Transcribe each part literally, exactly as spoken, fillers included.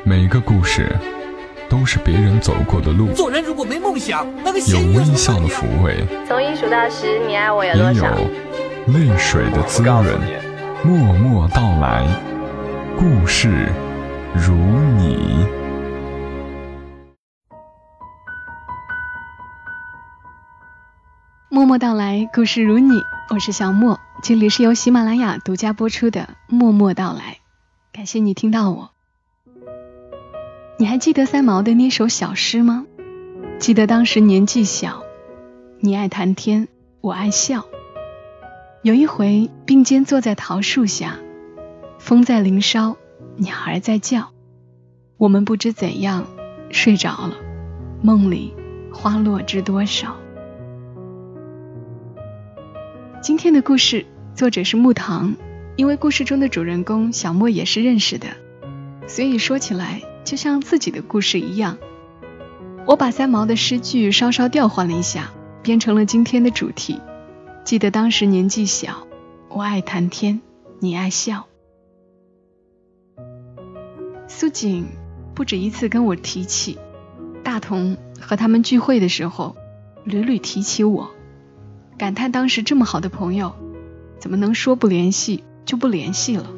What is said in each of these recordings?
每个故事都是别人走过的路， 做人如果没梦想，那个有微笑的抚慰， 从一数到十，你爱我有多少？ 也有泪水的滋润。默默到来，故事如你。 默默到来，故事如你，我是小莫，这里是由喜马拉雅独家播出的默默到来，感谢你听到我。你还记得三毛的那首小诗吗？记得当时年纪小，你爱谈天，我爱笑。有一回并肩坐在桃树下，风在林梢，鸟儿在叫，我们不知怎样睡着了，梦里花落知多少。今天的故事作者是木糖，因为故事中的主人公小莫也是认识的，所以说起来就像自己的故事一样。我把三毛的诗句稍稍调换了一下，编成了今天的主题。记得当时年纪小，我爱谈天，你爱笑。苏锦不止一次跟我提起，大同和他们聚会的时候屡屡提起我，感叹当时这么好的朋友怎么能说不联系就不联系了。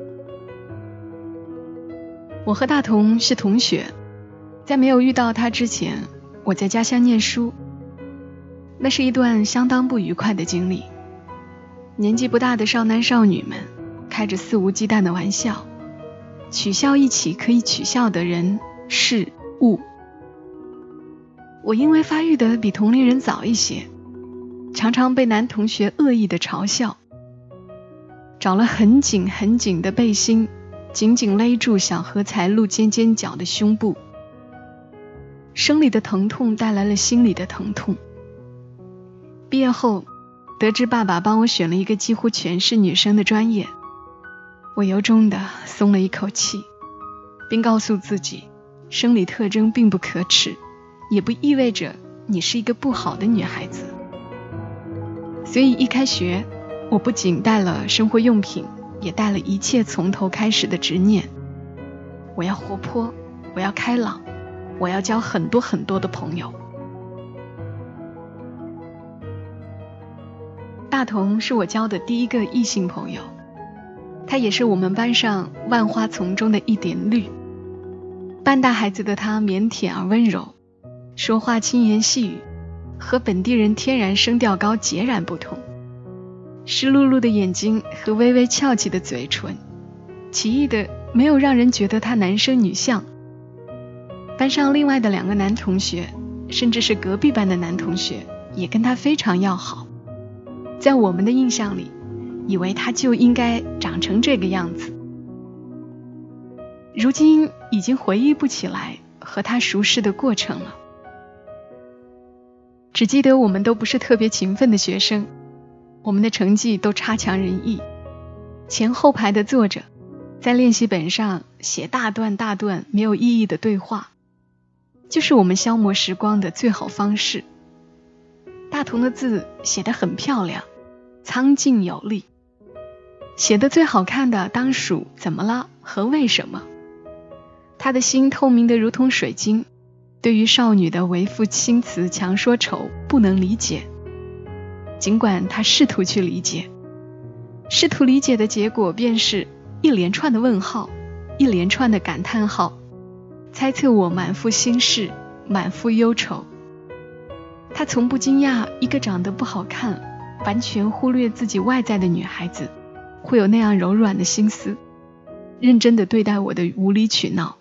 我和大同是同学，在没有遇到他之前，我在家乡念书，那是一段相当不愉快的经历。年纪不大的少男少女们开着肆无忌惮的玩笑，取笑一起可以取笑的人事物。我因为发育的比同龄人早一些，常常被男同学恶意的嘲笑，找了很紧很紧的背心紧紧勒住小荷才露尖尖角的胸部，生理的疼痛带来了心理的疼痛。毕业后得知爸爸帮我选了一个几乎全是女生的专业，我由衷的松了一口气，并告诉自己，生理特征并不可耻，也不意味着你是一个不好的女孩子。所以一开学，我不仅带了生活用品，也带了一切从头开始的执念。我要活泼，我要开朗，我要交很多很多的朋友。大同是我交的第一个异性朋友，他也是我们班上万花丛中的一点绿。半大孩子的他腼腆而温柔，说话轻言细语，和本地人天然声调高截然不同。湿漉漉的眼睛和微微翘起的嘴唇，奇异的没有让人觉得他男生女相。班上另外的两个男同学，甚至是隔壁班的男同学，也跟他非常要好。在我们的印象里，以为他就应该长成这个样子。如今已经回忆不起来和他熟识的过程了，只记得我们都不是特别勤奋的学生，我们的成绩都差强人意，前后排的坐着，在练习本上写大段大段没有意义的对话，就是我们消磨时光的最好方式。大同的字写得很漂亮，苍劲有力，写得最好看的当属怎么了和为什么。他的心透明得如同水晶，对于少女的为赋新词强说愁不能理解，尽管他试图去理解，试图理解的结果便是一连串的问号，一连串的感叹号，猜测我满腹心事，满腹忧愁。他从不惊讶一个长得不好看，完全忽略自己外在的女孩子会有那样柔软的心思，认真地对待我的无理取闹。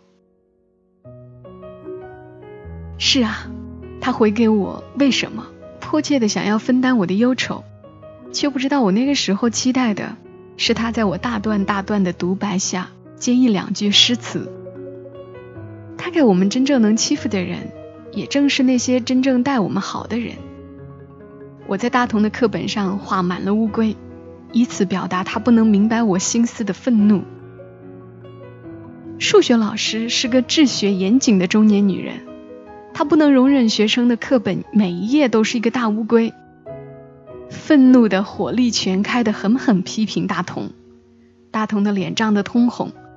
是啊，他回给我为什么，迫切地想要分担我的忧愁，却不知道我那个时候期待的是他在我大段大段的独白下接一两句诗词。大概我们真正能欺负的人，也正是那些真正待我们好的人。我在大同的课本上画满了乌龟，以此表达他不能明白我心思的愤怒。数学老师是个治学严谨的中年女人，她不能容忍学生的课本每一页都是一个大乌龟。愤怒的火力全开的狠狠批评大同，大同的脸涨得通红，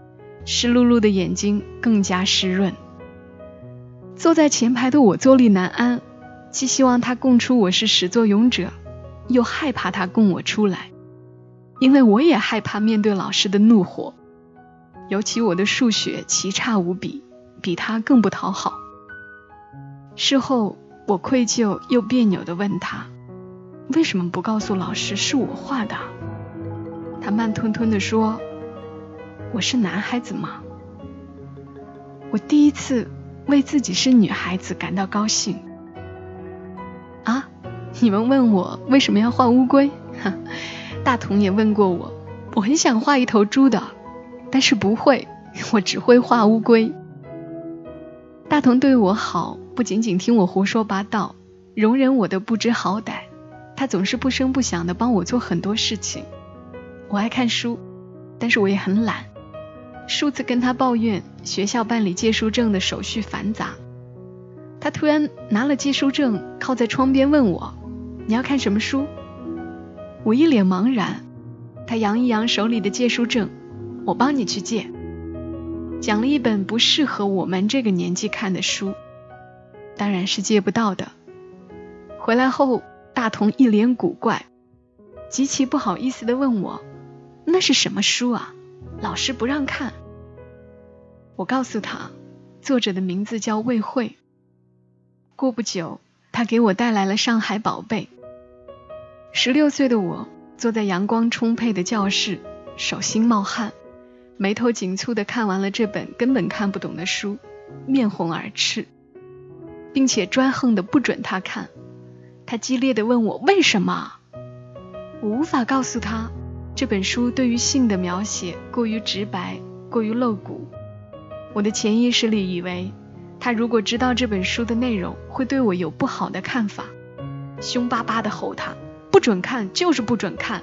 湿漉漉的眼睛更加湿润。坐在前排的我坐立难安，既希望他供出我是始作俑者，又害怕他供我出来，因为我也害怕面对老师的怒火，尤其我的数学奇差无比，比他更不讨好。事后我愧疚又别扭地问他，为什么不告诉老师是我画的？他慢吞吞地说，我是男孩子吗？我第一次为自己是女孩子感到高兴。啊，你们问我为什么要画乌龟？大同也问过我，我很想画一头猪的，但是不会，我只会画乌龟。大同对我好，不仅仅听我胡说八道，容忍我的不知好歹，他总是不声不响地帮我做很多事情。我爱看书，但是我也很懒，数次跟他抱怨学校办理借书证的手续繁杂。他突然拿了借书证靠在窗边问我，你要看什么书？我一脸茫然，他扬一扬手里的借书证，我帮你去借。讲了一本不适合我们这个年纪看的书，当然是借不到的。回来后，大同一脸古怪，极其不好意思地问我，那是什么书啊？老师不让看。我告诉他，作者的名字叫魏慧。过不久，他给我带来了《上海宝贝》。十六岁的我坐在阳光充沛的教室，手心冒汗，眉头紧蹙地看完了这本根本看不懂的书，面红耳赤，并且专横地不准他看。他激烈地问我为什么？我无法告诉他，这本书对于性的描写过于直白，过于露骨。我的潜意识里以为，他如果知道这本书的内容，会对我有不好的看法，凶巴巴地吼他，不准看，就是不准看。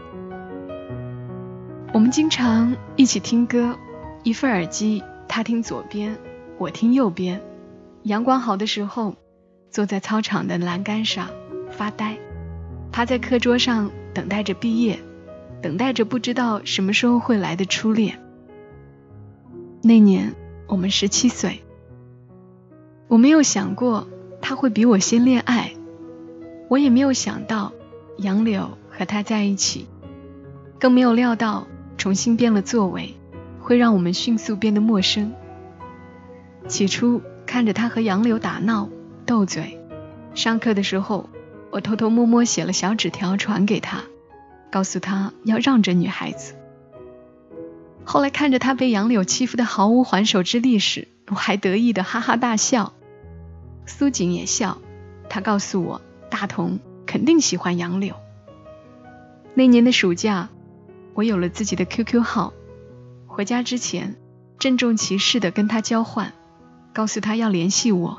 我们经常一起听歌，一副耳机，他听左边，我听右边。阳光好的时候，坐在操场的栏杆上发呆，趴在课桌上等待着毕业，等待着不知道什么时候会来的初恋。那年我们十七岁，我没有想过他会比我先恋爱，我也没有想到杨柳和他在一起，更没有料到重新变了座位会让我们迅速变得陌生。起初看着他和杨柳打闹斗嘴，上课的时候我偷偷摸摸写了小纸条传给他，告诉他要让着女孩子。后来看着他被杨柳欺负得毫无还手之力时，我还得意的哈哈大笑。苏锦也笑，他告诉我大同肯定喜欢杨柳。那年的暑假，我有了自己的 Q Q 号，回家之前郑重其事地跟他交换，告诉他要联系我。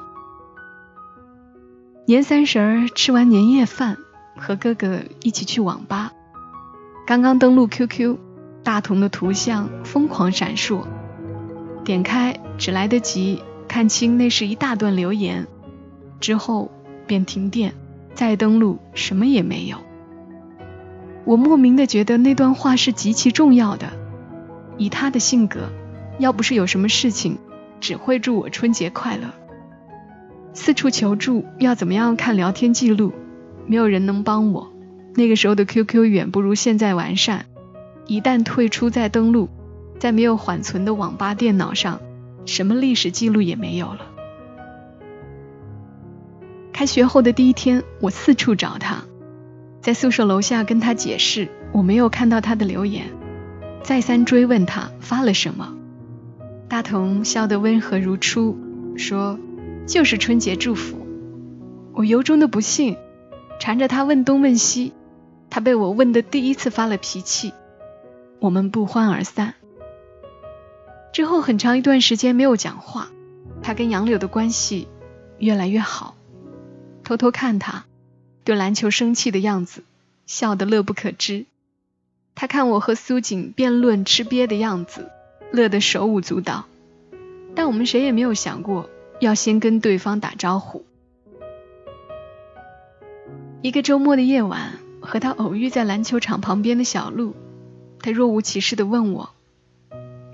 年三十儿吃完年夜饭，和哥哥一起去网吧。刚刚登录 Q Q， 大同的图像疯狂闪烁，点开只来得及看清那是一大段留言，之后便停电，再登录什么也没有。我莫名的觉得那段话是极其重要的，以他的性格，要不是有什么事情，只会祝我春节快乐。四处求助要怎么样看聊天记录，没有人能帮我。那个时候的 Q Q 远不如现在完善，一旦退出再登录，在没有缓存的网吧电脑上，什么历史记录也没有了。开学后的第一天，我四处找他，在宿舍楼下跟他解释我没有看到他的留言，再三追问他发了什么。大同笑得温和如初，说就是春节祝福。我由衷的不信，缠着他问东问西，他被我问的第一次发了脾气，我们不欢而散。之后很长一段时间没有讲话，他跟杨柳的关系越来越好。偷偷看他对篮球生气的样子，笑得乐不可支。他看我和苏锦辩论吃瘪的样子，乐得手舞足蹈。但我们谁也没有想过要先跟对方打招呼。一个周末的夜晚，和他偶遇在篮球场旁边的小路，他若无其事地问我，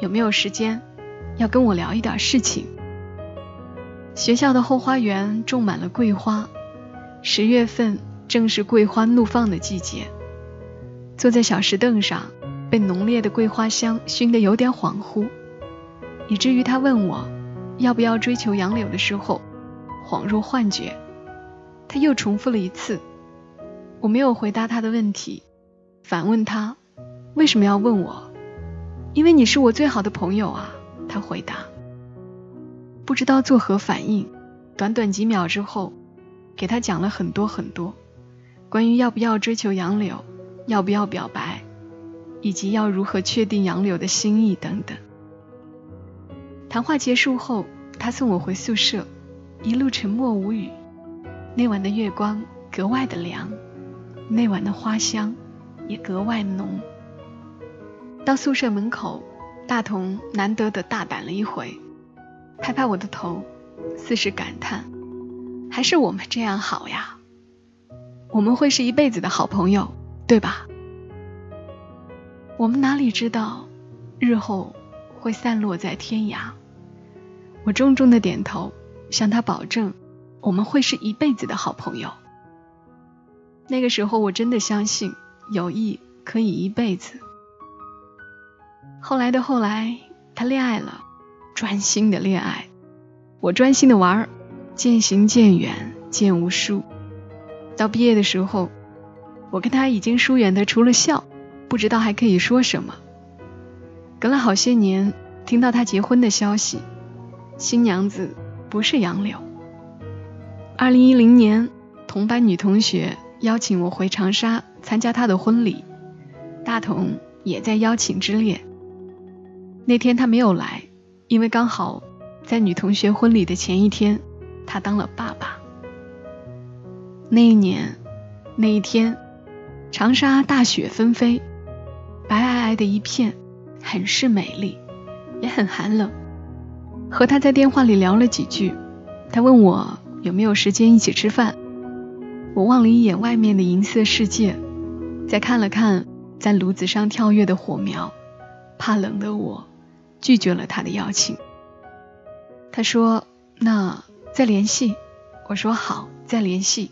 有没有时间要跟我聊一点事情。学校的后花园种满了桂花，十月份正是桂花怒放的季节。坐在小石凳上，被浓烈的桂花香熏得有点恍惚，以至于他问我要不要追求杨柳的时候，恍若幻觉。他又重复了一次，我没有回答他的问题，反问他为什么要问我？因为你是我最好的朋友啊，他回答。不知道作何反应，短短几秒之后，给他讲了很多很多，关于要不要追求杨柳，要不要表白，以及要如何确定杨柳的心意等等。谈话结束后，他送我回宿舍，一路沉默无语。那晚的月光格外的凉，那晚的花香也格外浓。到宿舍门口，大同难得的大胆了一回，拍拍我的头，似是感叹，还是我们这样好呀，我们会是一辈子的好朋友，对吧？我们哪里知道日后会散落在天涯。我重重的点头，向他保证我们会是一辈子的好朋友。那个时候我真的相信友谊可以一辈子。后来的后来，他恋爱了，专心的恋爱，我专心的玩，渐行渐远，渐无书。到毕业的时候，我跟他已经疏远的除了笑，不知道还可以说什么。隔了好些年，听到他结婚的消息，新娘子不是杨柳。二零一零年，同班女同学邀请我回长沙参加她的婚礼，大同也在邀请之列。那天他没有来，因为刚好在女同学婚礼的前一天，他当了爸爸。那一年，那一天，长沙大雪纷飞，白皑皑的一片，很是美丽，也很寒冷。和他在电话里聊了几句，他问我有没有时间一起吃饭。我望了一眼外面的银色世界，再看了看在炉子上跳跃的火苗，怕冷的我拒绝了他的邀请。他说那再联系，我说好，再联系。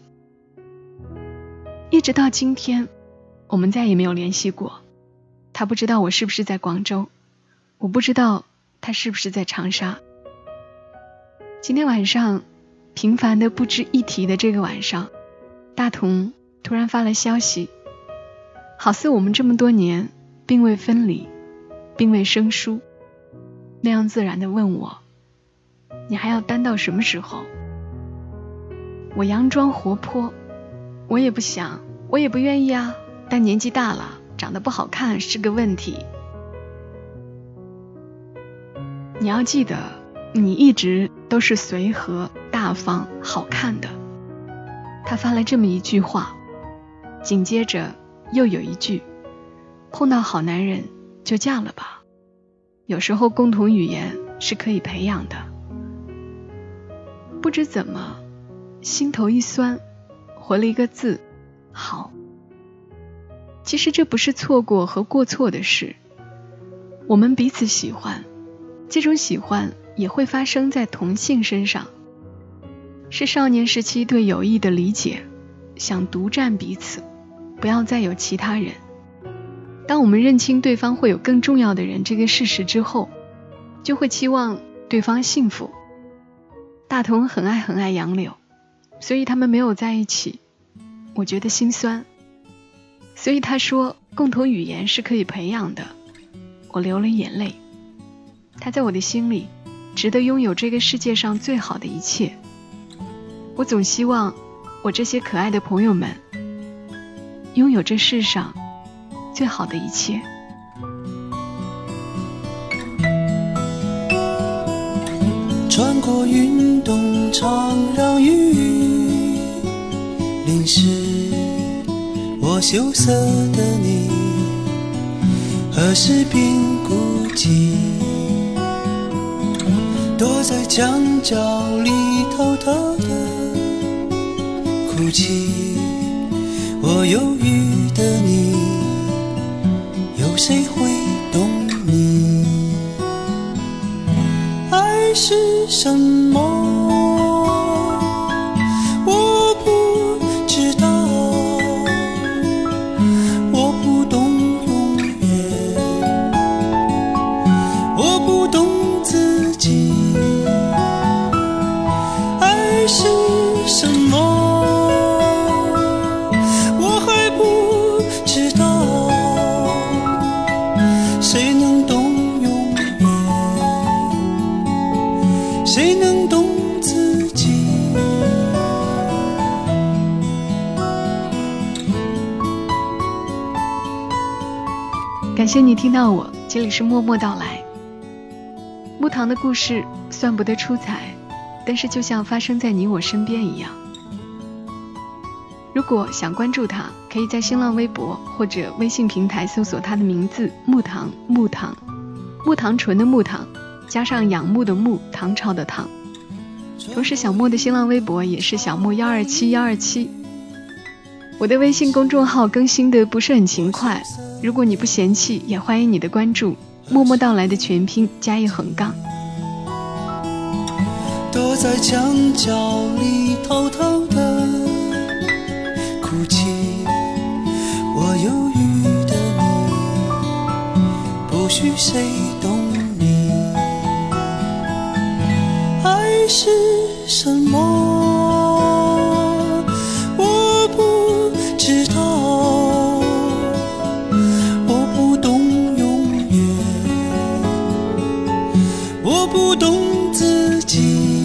一直到今天，我们再也没有联系过。他不知道我是不是在广州，我不知道他是不是在长沙。今天晚上，平凡的不值一提的这个晚上，大同突然发了消息，好似我们这么多年并未分离，并未生疏，那样自然地问我，你还要单到什么时候？我佯装活泼，我也不想，我也不愿意啊，但年纪大了，长得不好看是个问题。你要记得，你一直都是随和、大方、好看的。他发了这么一句话，紧接着又有一句，碰到好男人就嫁了吧，有时候共同语言是可以培养的。不知怎么，心头一酸，回了一个字，好。其实这不是错过和过错的事，我们彼此喜欢，这种喜欢也会发生在同性身上，是少年时期对友谊的理解，想独占彼此，不要再有其他人。当我们认清对方会有更重要的人这个事实之后，就会期望对方幸福。大同很爱很爱杨柳，所以他们没有在一起，我觉得心酸。所以他说共同语言是可以培养的，我流了眼泪。他在我的心里值得拥有这个世界上最好的一切。我总希望我这些可爱的朋友们拥有这世上最好的一切。 穿过云动常让雨淋湿我羞涩的你，何时便孤寂，躲在墙角里偷偷的哭泣。我忧郁的你，有谁会懂你？ 爱是什么？我不知道，我不懂永远，我不懂自己。爱是什么？我还不知道。谁能懂永远？谁能懂自己？ 感谢你听到我，这里是默默到来。木糖的故事算不得出彩，但是就像发生在你我身边一样。如果想关注他，可以在新浪微博或者微信平台搜索他的名字木糖，木糖，木糖醇的木糖，加上仰慕的慕，唐朝的唐。同时小莫的新浪微博也是小莫一二七一二七。我的微信公众号更新的不是很勤快，如果你不嫌弃，也欢迎你的关注，默默到来的全拼加一横杠。 躲在墙角里偷偷的哭泣，我忧郁的你，不许谁懂你。爱是什么？我不知道，我不懂永远，我不懂自己。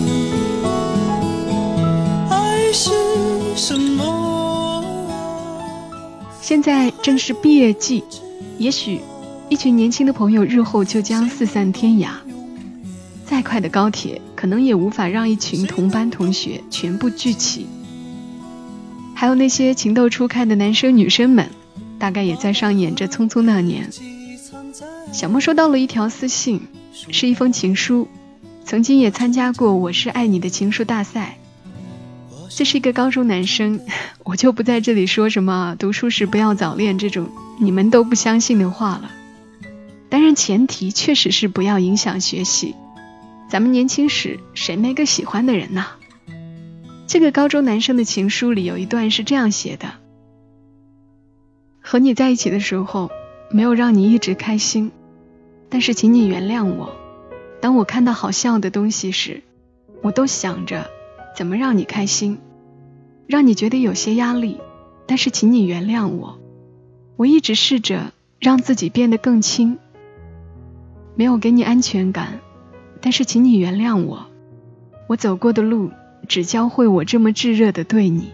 爱是什么？ 现在正是毕业季，也许一群年轻的朋友日后就将四散天涯。再快的高铁可能也无法让一群同班同学全部聚齐。还有那些情窦初开的男生女生们，大概也在上演着匆匆那年。小莫收到了一条私信，是一封情书，曾经也参加过我是爱你的情书大赛。这是一个高中男生，我就不在这里说什么读书时不要早恋这种你们都不相信的话了。当然前提确实是不要影响学习，咱们年轻时谁没个喜欢的人呢？这个高中男生的情书里有一段是这样写的：和你在一起的时候没有让你一直开心，但是请你原谅我，当我看到好笑的东西时，我都想着怎么让你开心，让你觉得有些压力，但是请你原谅我，我一直试着让自己变得更轻，没有给你安全感，但是请你原谅我，我走过的路只教会我这么炙热的对你。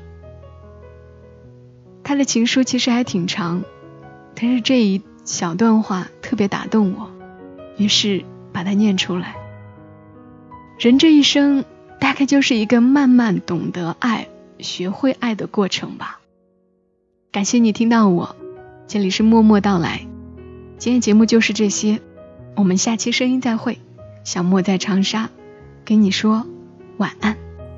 他的情书其实还挺长，但是这一小段话特别打动我，于是把它念出来。人这一生大概就是一个慢慢懂得爱，学会爱的过程吧。感谢你听到我，这里是默默到来。今天节目就是这些，我们下期声音再会。小莫在长沙跟你说晚安。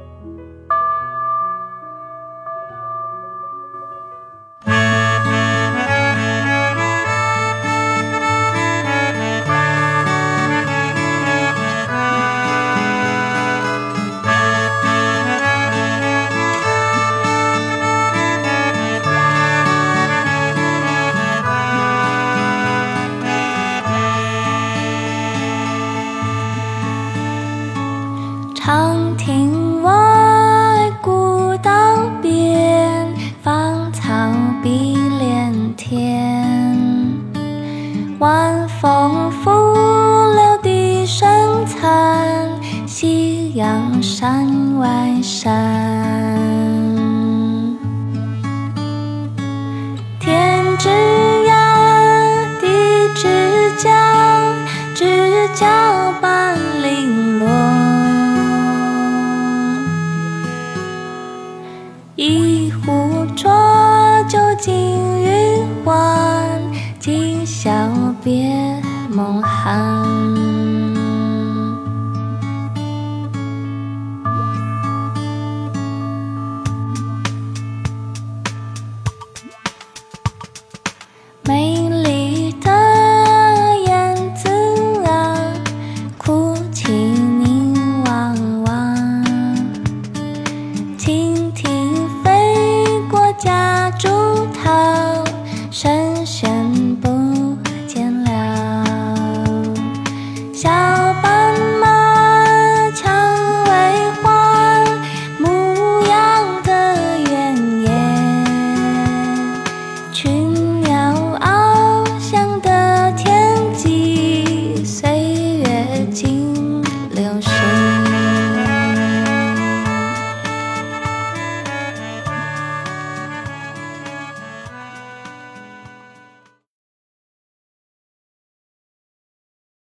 长亭外，古道边，芳草碧连天。晚风拂柳笛声残，夕阳山外山。